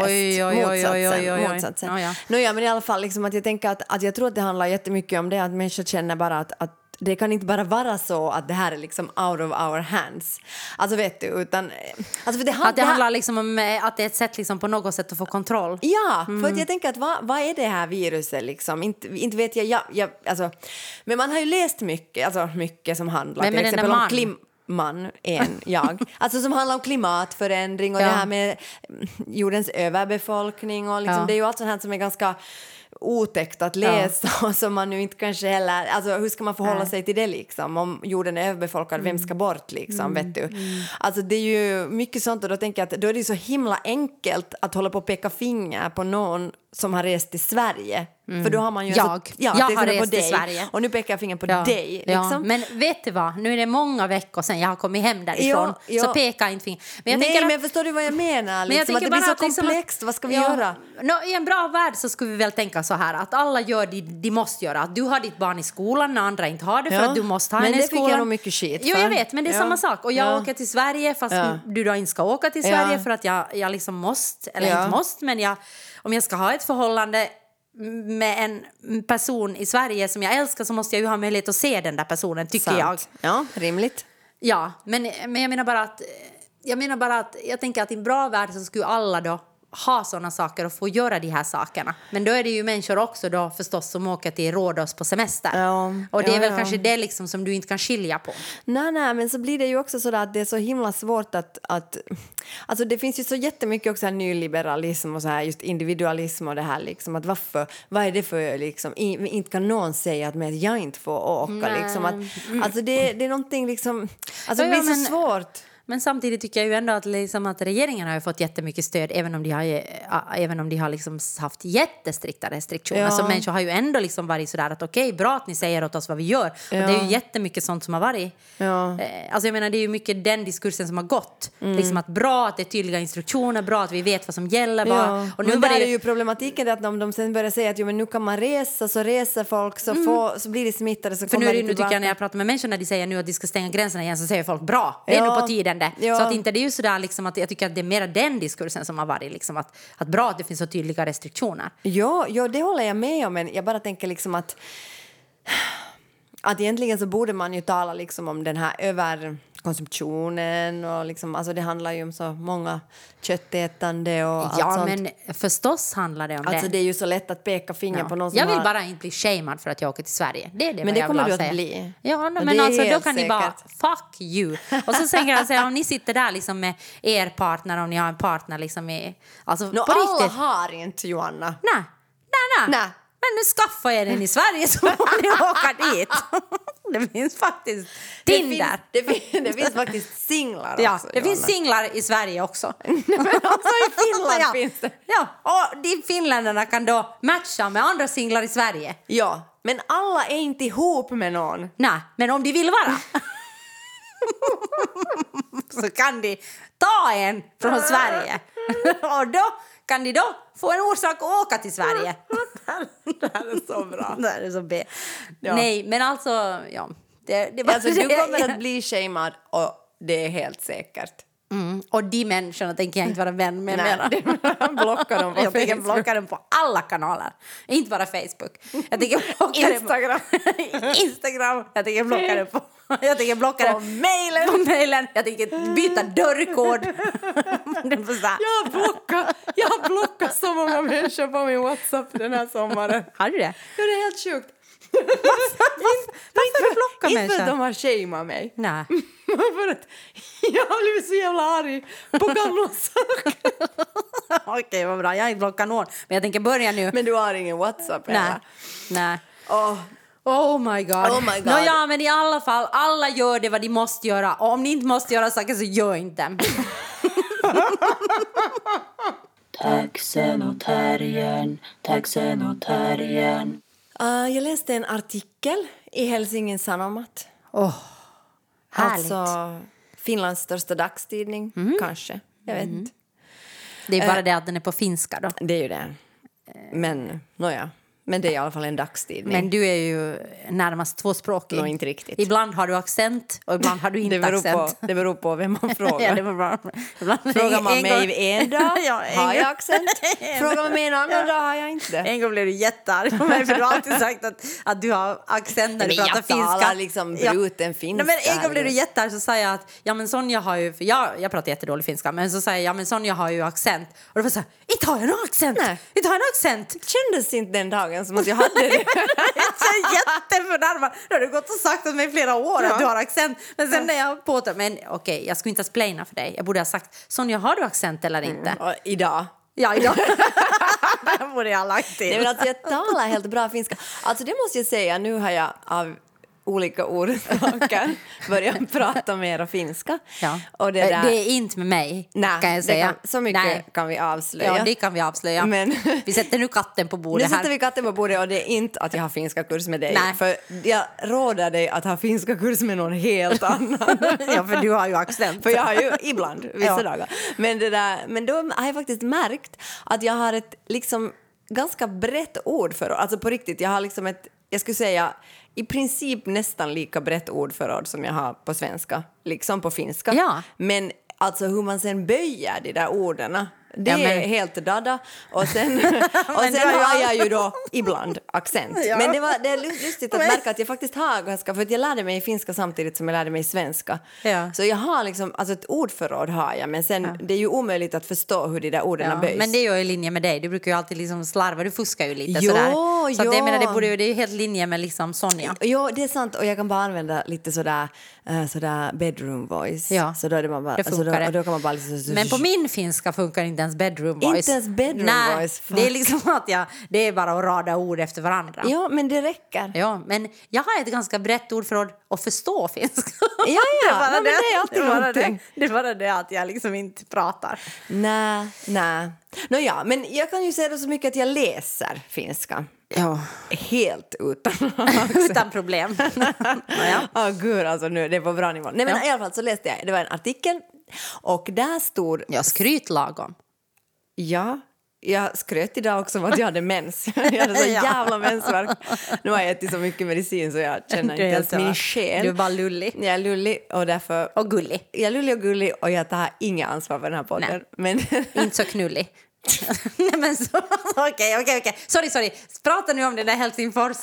fest. Motsatsen. Men i alla fall liksom att jag tänker att jag tror att det handlar jättemycket om det, att människor känner bara att det kan inte bara vara så att det här är liksom out of our hands. Alltså vet du, utan... Alltså för att det handlar liksom om att det är ett sätt liksom på något sätt att få kontroll. Ja, för att jag tänker att vad är det här viruset liksom? Inte vet jag alltså, men man har ju läst mycket som handlar till exempel om alltså som handlar om klimatförändring och det här med jordens överbefolkning och liksom, det är ju allt sånt här som är ganska otäckt att läsa och som man nu inte kanske heller, alltså hur ska man förhålla sig till det liksom, om jorden är överbefolkad, vem ska bort liksom, vet du. Alltså det är ju mycket sånt, och då tänker jag att då är det så himla enkelt att hålla på och peka finger på någon som har rest till Sverige. För då har man ju jag har rest till Sverige. Och nu pekar jag fingern på dig. Liksom. Men vet du vad? Nu är det många veckor sedan jag har kommit hem därifrån. Så pekar inte fingern. Men förstår du vad jag menar? Liksom, att det blir så komplext. Vad ska vi göra? I en bra värld så skulle vi väl tänka så här. Att alla gör det de måste göra. Att du har ditt barn i skolan när andra inte har det. För att du måste ha henne i skolan. Men det fick jag nog mycket skit för. Jo, jag vet. Men det är samma sak. Och jag åker till Sverige fast du då inte ska åka till Sverige. För att jag liksom måste. Eller inte måste, men om jag ska ha ett förhållande med en person i Sverige som jag älskar, så måste jag ju ha möjlighet att se den där personen, tycker jag. Ja, rimligt. Ja, men jag menar bara att jag tänker att i en bra värld så skulle alla då ha sådana saker och få göra de här sakerna. Men då är det ju människor också då förstås som åker till Rhodos på semester. Och det är väl kanske det liksom som du inte kan skilja på. Nej, men så blir det ju också så att det är så himla svårt att alltså det finns ju så jättemycket också här nyliberalism och så här just individualism och det här liksom, att vad är det för liksom, inte kan någon säga att jag inte får åka liksom, att alltså det är någonting liksom, alltså det blir så svårt. Men samtidigt tycker jag ju ändå att, liksom, att regeringen har ju fått jättemycket stöd, även om de har liksom haft jättestrikta restriktioner. Så människor har ju ändå liksom varit sådär att okej, bra att ni säger åt oss vad vi gör. Och det är ju jättemycket sånt som har varit. Alltså jag menar, det är ju mycket den diskursen som har gått. Liksom att bra att det är tydliga instruktioner, bra att vi vet vad som gäller. Och nu men där är ju problematiken att om de sen börjar säga att men nu kan man resa, så reser folk, så blir det smittade. Så för nu tycker jag när jag pratar med människor när de säger nu att de ska stänga gränserna igen, så säger folk bra, det är nu på tiden. Så att inte det är ju sådär liksom att jag tycker att det är mer den diskursen som har varit liksom att bra att det finns så tydliga restriktioner. Ja, det håller jag med om, men jag bara tänker liksom att egentligen så borde man ju tala liksom om den här överkonsumtionen och liksom, alltså det handlar ju om så många köttätande och allt sånt. Men förstås handlar det om alltså det är ju så lätt att peka finger på någon som jag vill bara inte bli shamed för att jag åker till Sverige. Det är det. Men det kommer du att säga. bli. Ja, men alltså då kan ni bara fuck you. Och så tänker jag säga, om ni sitter där liksom med er partner, om ni har en partner liksom i, alltså på alla riktigt. har inte, Joanna. Nej. Men nu skaffa er den i Sverige så får ni åka dit. Det finns faktiskt Tinder. Det finns faktiskt singlar också. Ja, det finns singlar i Sverige också. Men också i Finland finns det. Ja, och de finländarna kan då matcha med andra singlar i Sverige. Ja, men alla är inte ihop med någon. Nej, men om de vill vara så kan de ta en från Sverige. Och då kan de då få en orsak att åka till Sverige. Det här är så bra. Det här är så B. Ja. Nej, men alltså, ja. Det Alltså, du kommer att bli shamed och det är helt säkert. Och de människorna tänker jag inte vara vän med. Nej, blocka dem på jag tänker Facebook. blocka dem på alla kanaler. Inte bara Facebook. Jag tänker blocka Instagram. Instagram. Jag tänker blocka dem på... Jag tänker blocka på dem mailen. på mailen. Jag tänker byta dörrkod. Jag har blockat så många människor på min WhatsApp den här sommaren. Har du det? Ja, det är helt sjukt. Varför du blockar inte människor? för att de har shameat mig. Nej. För att jag har blivit så jävla arg på gamla saker. Okej, vad bra. Jag har inte blockat någon. Men jag tänker börja nu. Men du har ingen WhatsApp Nej. heller? Nej. Oh my god. Oh my god. Ja, men i alla fall, alla gör det vad de måste göra. Och om ni inte måste göra saker så gör inte. Taxen och terriern. Jag läste en artikel i Helsingin Sanomat. Härligt. Alltså Finlands största dagstidning, kanske. Jag vet inte. Det är bara det att den är på finska då. Det är ju det. Men, Men det är i alla fall en dagstidning. Men du är ju närmast tvåspråkig. Nå, inte riktigt. Ibland har du accent och ibland har du inte accent. Det beror på vem man frågar. Ja, det var bra. Frågar man mig en dag har jag accent. Frågar man mig en annan dag har jag inte det. En gång blev du jättearg på mig för du har alltid sagt att du har accent när du pratar finska. Jag talar liksom bruten finska. Nej, men en gång blev du jättearg så sa jag att ja men Sonja har ju, för jag pratar jättedålig finska, men så sa jag ja men Sonja har ju accent. Och då var så här, inte har jag någon accent. Nej. Inte har jag någon accent. Kändes inte den dagen som att jag hade det. Jag är jätteförnärmad. Då har du gått och sagt åt mig i flera år att du har accent. Men sen när jag påtar, men okej, jag skulle inte splaina för dig. Jag borde ha sagt, Sonja, har du accent eller inte? Idag. Ja, idag. Det borde jag ha lagt till. Nej, men alltså, jag talar helt bra finska. Alltså det måste jag säga, nu har jag av olika orsaker börjat prata mer finska. Ja. Och det är inte med mig, kan jag säga. Så mycket kan vi avslöja. Ja, det kan vi avslöja. Men vi sätter nu katten på bordet här. Nu sätter vi katten på bordet och det är inte att jag har finska kurs med dig. Nej. För jag råder dig att ha finska kurs med någon helt annan. Ja, för du har ju accent. För jag har ju ibland, vissa dagar. Men då har jag faktiskt märkt att jag har ett liksom ganska brett ordförråd. Alltså på riktigt, jag har liksom ett, jag skulle säga i princip nästan lika brett ordförråd som jag har på svenska, liksom på finska. Ja. Men alltså hur man sen böjer de där orden, det är helt dada. Och sen har jag ju då ibland accent. Ja. Men det är lustigt att märka att jag faktiskt har ganska, för att jag lärde mig finska samtidigt som jag lärde mig svenska. Ja. Så jag har liksom, alltså ett ordförråd har jag, men sen det är ju omöjligt att förstå hur de där orden böjs. Men det är ju i linje med dig, du brukar ju alltid liksom slarva, du fuskar ju lite sådär. Så det menar, det är helt linje med liksom Sonja. Jo, det är sant, och jag kan bara använda lite sådär bedroom voice. Ja. Så då är det man bara, det funkar. och då kan man bara liksom, men på min finska funkar inte ens bedroom voice. Inte ens bedroom voice. Fuck. Det är liksom att det är bara att rada ord efter varandra. Ja, men det räcker. Ja, men jag har ett ganska brett ordförråd att förstå finska. Ja, det är alltid någonting. Det är bara det att jag liksom inte pratar. Nej. Nåja, men jag kan ju säga det så mycket att jag läser finska. Ja. Helt utan problem. Gud, alltså nu, det var bra nivå. Nej, men i alla fall så läste jag, det var en artikel och där stod... Jag skryt lagom. Ja, jag skröt idag också om att jag hade mens. Jag hade så jävla mensvärk. Nu har jag ätit så mycket medicin så jag känner inte ens min själ. Du är bara lullig. Jag är lullig och därför... Och gullig. Jag är lullig och gullig och jag tar inga ansvar för den här podden. Men... inte så knullig. Nej, men så, okej. Sorry. Prata nu om det där Helsingfors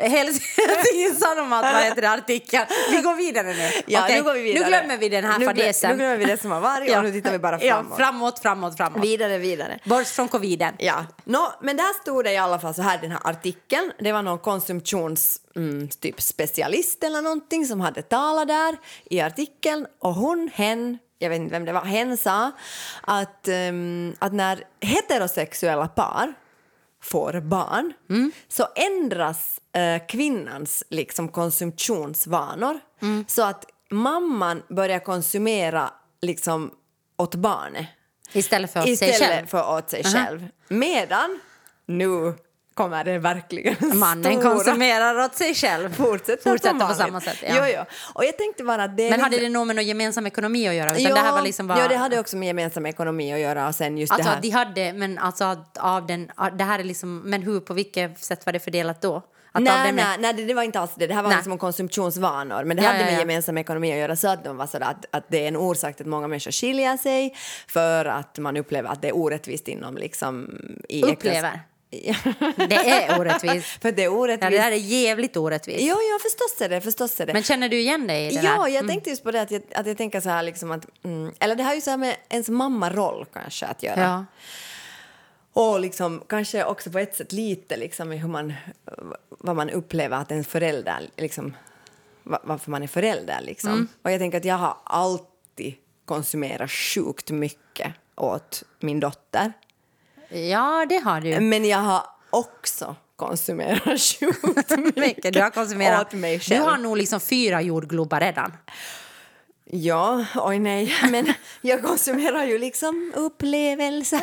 Sanomat, vad heter det, artikeln. Vi går vidare nu. Ja, nu går vi vidare. Nu glömmer vi den här fadesen. Nu glömmer vi det som har varit och nu tittar vi bara framåt. Ja, framåt. Vidare. Bort från coviden. Ja. Men där stod det i alla fall så här, den här artikeln. Det var någon konsumtions typ specialist eller någonting som hade talat där i artikeln. Och hen, jag vet inte vem det var, hen sa att när heterosexuella par får barn så ändras kvinnans liksom konsumtionsvanor så att mamman börjar konsumera liksom åt barnet istället för åt sig själv. Medan nu kommer det verkligen mannen konsumerar åt sig själv. Fortsätter på samma sätt. Ja. Jo. Och jag tänkte bara att det men hade det nog med någon gemensam ekonomi att göra? Ja, det här var liksom bara... ja, det hade också med gemensam ekonomi att göra. Och sen just alltså det här. De hade, men alltså det här är liksom, men hur, på vilket sätt var det fördelat då? Nej, det var inte alls det. Det här var liksom konsumtionsvanor. Men det hade med gemensam ekonomi att göra, så att de var sådär att det är en orsak till att många människor skiljer sig för att man upplever att det är orättvist inom liksom... Upplever? Det är orättvist. För det är orättvist. Ja, det där är jävligt orättvist. Ja, förstås är det. Men känner du igen dig i det där? Ja, jag tänkte just på det att jag tänker så här liksom att... eller det har ju så här med ens mammaroll kanske att göra. Ja. Och liksom, kanske också på ett sätt lite liksom, hur vad man upplever att en förälder... Liksom, varför man är förälder. Liksom. Och jag tänker att jag har alltid konsumerat sjukt mycket åt min dotter. Ja, det har du. Men jag har också konsumerat sjukt mycket du har konsumerat åt mig själv. Du har nog liksom 4 jordglobar redan. Ja, oj nej. Men jag konsumerar ju liksom upplevelser.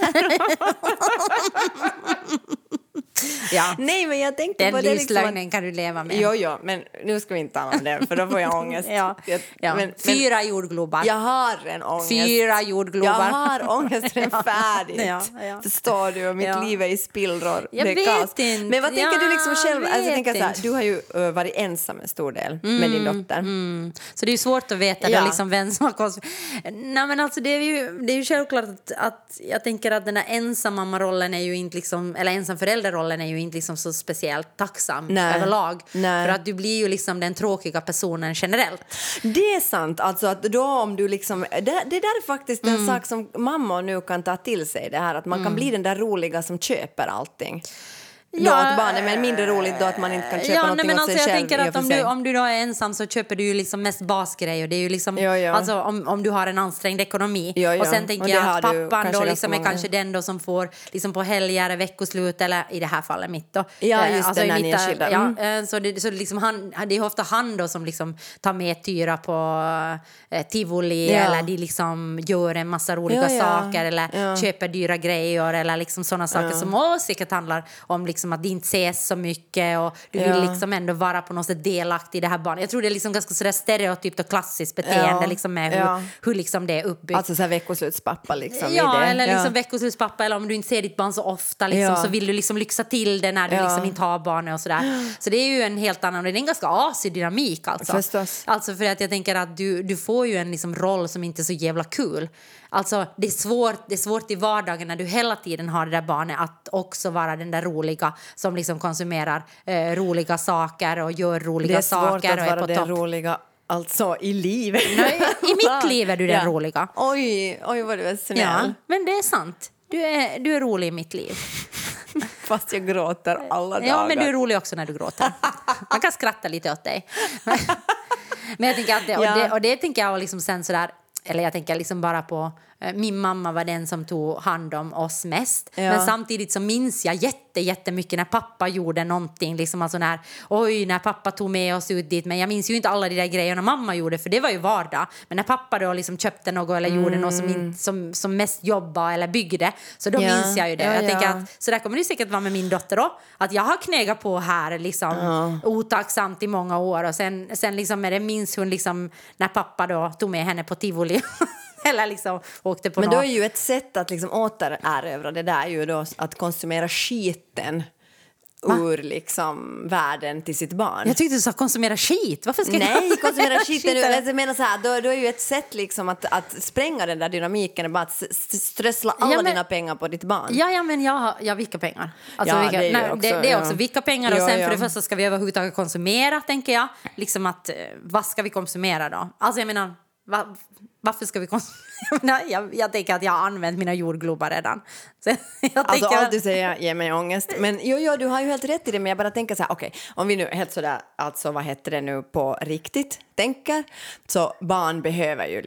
Ja. Nej, men jag tänkte den på det livslögnen liksom kan du leva med. Jo, men nu ska vi inte tala om det, för då får jag ångest. Men 4 jordglobar. Jag har en ångest. 4 jordglobar. Jag har ångesten färdigt. Ja. Förstår du? Mitt liv är i spillror. Jag vet inte. Men vad tänker du liksom själv? Alltså, jag tänker så här, du har ju varit ensam en stor del med din dotter. Så det är ju svårt att veta då liksom vem som har konsumerat. Nej, men alltså det är ju självklart att jag tänker att den här ensammammarollen är ju inte liksom, eller ensamförälderrollen är ju inte liksom så speciellt tacksam överlag. För att du blir ju liksom den tråkiga personen generellt. Det är sant. Alltså att då om du liksom... Det där är faktiskt en sak som mamma nu kan ta till sig. Det här att man kan bli den där roliga som köper allting. Då åt barnen, men mindre roligt då att man inte kan köpa någonting åt sig jag själv. Jag tänker att om du då är ensam så köper du ju liksom mest basgrejer. Det är ju liksom, alltså om du har en ansträngd ekonomi. Och sen tänker jag att pappan då liksom är kanske den då som får liksom på helger, veckoslut, eller i det här fallet mitt då. Ja, just alltså det, när ni är skilda. Så liksom det är ofta han då som liksom tar med Tyra på tivoli, eller de liksom gör en massa roliga saker, eller köper dyra grejer, eller liksom sådana saker som säkert handlar om liksom att det inte ses så mycket och du vill liksom ändå vara på något sätt delaktig i det här barnet. Jag tror det är liksom ganska sådär stereotypt och klassiskt beteende liksom med hur liksom det är uppbyggt. Alltså så här veckoslutspappa liksom. Ja, eller liksom veckoslutspappa, eller om du inte ser ditt barn så ofta liksom, så vill du liksom lyxa till det när du liksom inte har barnet och sådär. Så det är ju en helt annan, det är en ganska asig dynamik alltså. Förstås. Alltså för att jag tänker att du får ju en liksom roll som inte är så jävla kul. Alltså det är svårt i vardagen när du hela tiden har det där barnet att också vara den där roliga som liksom konsumerar roliga saker och gör roliga saker. Det är svårt att vara den roliga, alltså i livet. Nej, i mitt liv är du den roliga. Oj vad du är snäll. Ja, men det är sant. Du är rolig i mitt liv. Fast jag gråter alla dagar. Ja, men du är rolig också när du gråter. Man kan skratta lite åt dig. Men jag tänker att det tänker jag liksom sen sådär, eller jag tänker liksom bara på min mamma var den som tog hand om oss mest. Men samtidigt så minns jag jättemycket när pappa gjorde någonting. Liksom alltså när pappa tog med oss ut dit. Men jag minns ju inte alla de där grejerna mamma gjorde, för det var ju vardag. Men när pappa då liksom köpte något eller gjorde något som mest jobbade eller byggde, så då minns jag ju det. Jag tänker att så där kommer det säkert vara med min dotter då. Att jag har knegat på här liksom otacksamt i många år. Och sen liksom är det minns hon liksom när pappa då tog med henne på tivoli. Eller liksom åkte på. Men då är ju ett sätt att liksom återerövra det där ju då att konsumera skiten ur liksom världen till sitt barn. Jag tyckte du sa konsumera skit. Varför ska jag konsumera skiten? Jag menar så här, då är ju ett sätt liksom att spränga den där dynamiken, bara att strössla alla dina pengar på ditt barn. Ja, men jag vickar pengar. Alltså, det är också vicka pengar, och sen för det första ska vi överhuvudtaget konsumera, tänker jag. Liksom att, vad ska vi konsumera då? Alltså jag menar, varför ska vi konsumera? Jag tänker att jag har använt mina jordglobar redan. Så alltså allt du säger ger mig ångest. Men jo, du har ju helt rätt i det. Men jag bara tänker så här, okej, om vi nu helt sådär, alltså vad heter det nu på riktigt tänker, så barn behöver ju liksom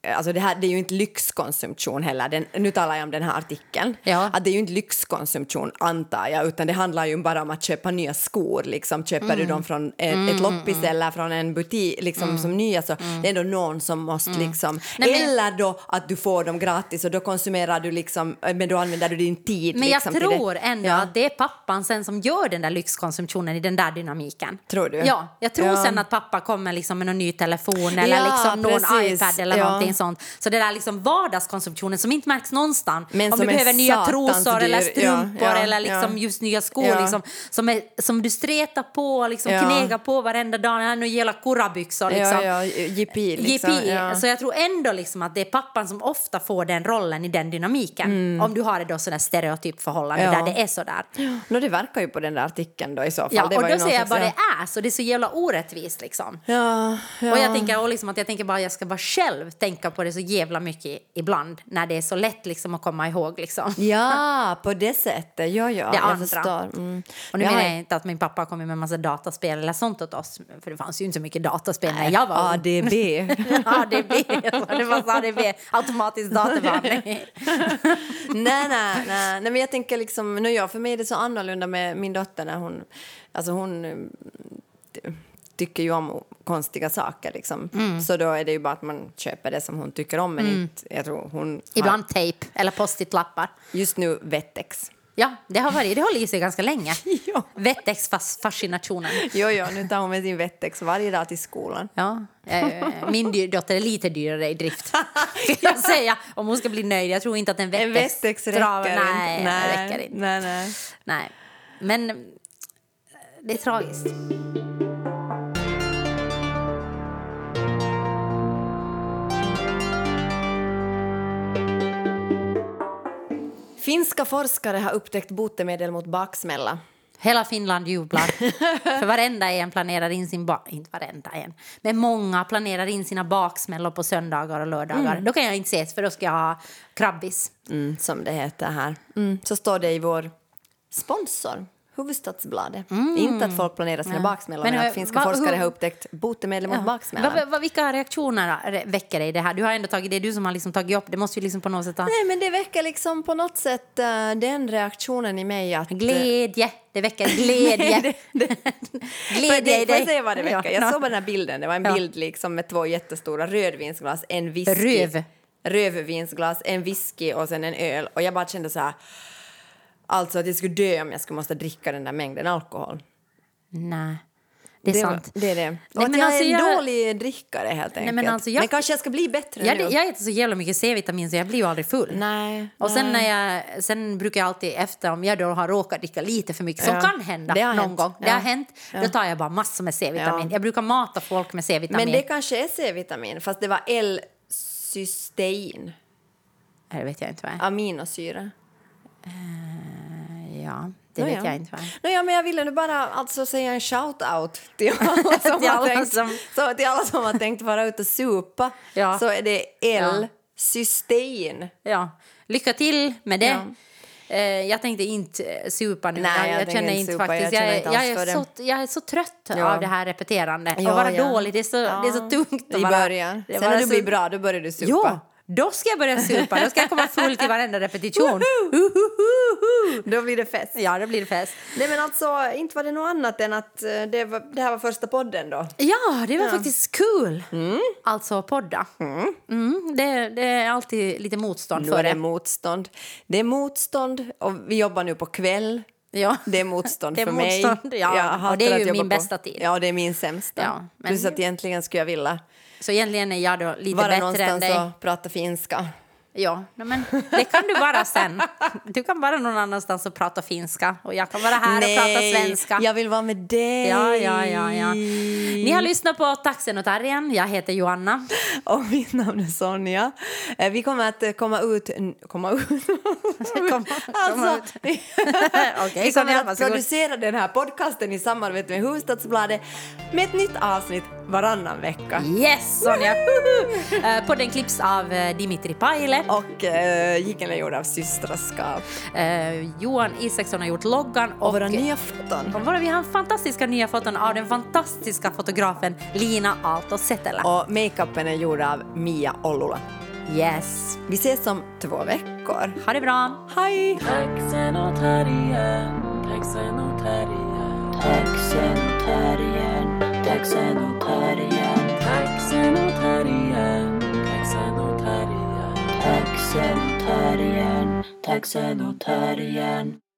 alltså det är ju inte lyxkonsumtion heller. Nu talar jag om den här artikeln. Ja. Att det är ju inte lyxkonsumtion, antar jag, utan det handlar ju bara om att köpa nya skor. Liksom. Köper du dem från ett loppis eller från en butik liksom, som nya, så det är ändå någon som måste liksom... Eller då att du får dem gratis och då konsumerar du liksom, men då använder du din tid. Men liksom, jag tror ändå att det är pappan sen som gör den där lyxkonsumtionen i den där dynamiken. Tror du? Ja, jag tror sen att pappa kommer liksom med någon ny telefon eller liksom någon iPad eller någonting sånt. Så det där liksom vardagskonsumtionen som inte märks någonstans. Men om du behöver nya trosor eller strumpor eller liksom just nya skor liksom, som du stretar på, liksom knegar på varenda dag. Nu gäller kurabyxor liksom. Jippi liksom. Så jag tror ändå liksom att det är pappan som ofta får den rollen i den dynamiken. Om du har det då sådär stereotypförhållande där det är sådär. No, det verkar ju på den där artikeln då i så fall. Ja, det och var då ju säger jag bara det är så. Det är så jävla orättvist liksom. Och jag tänker liksom att jag ska bara själv tänka på det så jävla mycket ibland när det är så lätt liksom att komma ihåg liksom. Ja, på det sättet. Ja, det andra. Förstår. Och nu menar jag inte att min pappa kom med en massa dataspel eller sånt åt oss. För det fanns ju inte så mycket dataspel när jag var ADB. ADB. Det var ADB. Automatisk databehandling. Nej, men jag tänker liksom, för mig är det så annorlunda med min dotter när hon tycker ju om konstiga saker liksom. Så då är det ju bara att man köper det som hon tycker om, men inte, jag tror hon ibland tejp eller post-it-lappar. Just nu Wettex. Ja, det håller i sig ganska länge. Wettex-fascinationen. Jo, nu tar hon med sin Wettex varje dag till skolan. Ja, min dotter är lite dyrare i drift. Jag säger, om hon ska bli nöjd. Jag tror inte att en Wettex räcker inte. Nej. Men det är tragiskt. Finska forskare har upptäckt botemedel mot baksmälla. Hela Finland jublar. För varenda en planerar in inte varenda en, men många planerar in sina baksmällor på söndagar och lördagar. Då kan jag inte ses, för då ska jag ha krabbis. Som det heter här. Så står det i vår sponsor, Hufvudstadsbladet. Inte att folk planerar sina baksmällor, men att finska forskare har upptäckt botemedel mot baksmälla. Vilka reaktioner väcker det i det här? Du har ändå tagit det, du som har liksom tagit upp. Det måste ju liksom på något sätt Nej, men det väcker liksom på något sätt den reaktionen i mig att... Glädje. Det väcker glädje. Glädje i dig. Får jag säga vad det väcker? Jag såg den här bilden. Det var en bild liksom med 2 jättestora rödvinsglas, en whisky. Rövvinsglas, en whisky och sen en öl. Och jag bara kände så här... Alltså att jag skulle dö om jag skulle måste dricka den där mängden alkohol. Nej, det är sant. Det är det. Och att jag är en dålig drickare helt enkelt. Men kanske jag ska bli bättre nu. Jag äter så jävla mycket C-vitamin så jag blir ju aldrig full. Nej. Och sen brukar jag alltid efter, om jag då har råkat dricka lite för mycket, som kan hända någon gång. Det har hänt. Då tar jag bara massor med C-vitamin. Jag brukar mata folk med C-vitamin. Men det kanske är C-vitamin, fast det var L-cystein. Det vet jag inte vad. Aminosyra. Ja, det vet jag inte vad. Men jag ville nu bara alltså säga en shout-out till alla som har tänkt vara ute och supa. Så är det L-cystein. Ja, lycka till med det. Jag tänkte inte supa nu. Nej, jag känner inte faktiskt. Jag är så trött av det här repeterande. Och vara dålig, det är så tungt. I början. Sen när du blir bra, då börjar du supa. Ja. Då ska jag börja supa. Då ska jag komma full till varenda repetition. Då blir det fest. Ja, då blir det fest. Nej, men alltså, inte var det något annat än att det här var första podden då. Ja, det var faktiskt kul. Alltså podda. Det är alltid lite motstånd för det. Det är motstånd och vi jobbar nu på kväll. Ja. Det är motstånd för mig. Ja, och det är ju min bästa tid. Ja, det är min sämsta. Ja, men... Plus att egentligen skulle jag vilja... Så egentligen är jag då lite bättre än dig. Vara någonstans och prata finska. Ja, men det kan du vara sen. Du kan vara någon annanstans och prata finska. Och jag kan vara här och prata svenska. Jag vill vara med dig. Ja. Ni har lyssnat på Taxen och Tarjen. Jag heter Joanna. Och mitt namn är Sonja. Vi kommer att komma ut. Vi kommer att producera den här podcasten i samarbete med Hufvudstadsbladet med ett nytt avsnitt varannan vecka. Yes, Sonja! Podden klipps av Dimitri Paile. Och jicken är gjord av Systraskap. Johan Isaksson har gjort loggan. Och våra nya foton. Vi har fantastiska nya foton av den fantastiska fotografen Lina Aalto-Setälä. Och makeupen är gjord av Mia Ollula. Yes. Vi ses om 2 veckor. Ha det bra. Hej! Taxenotarien, taxenotarien, taxenotarien, taxenotarien, taxenotarien, taxenotarien, taxenotarien, taxenotarien.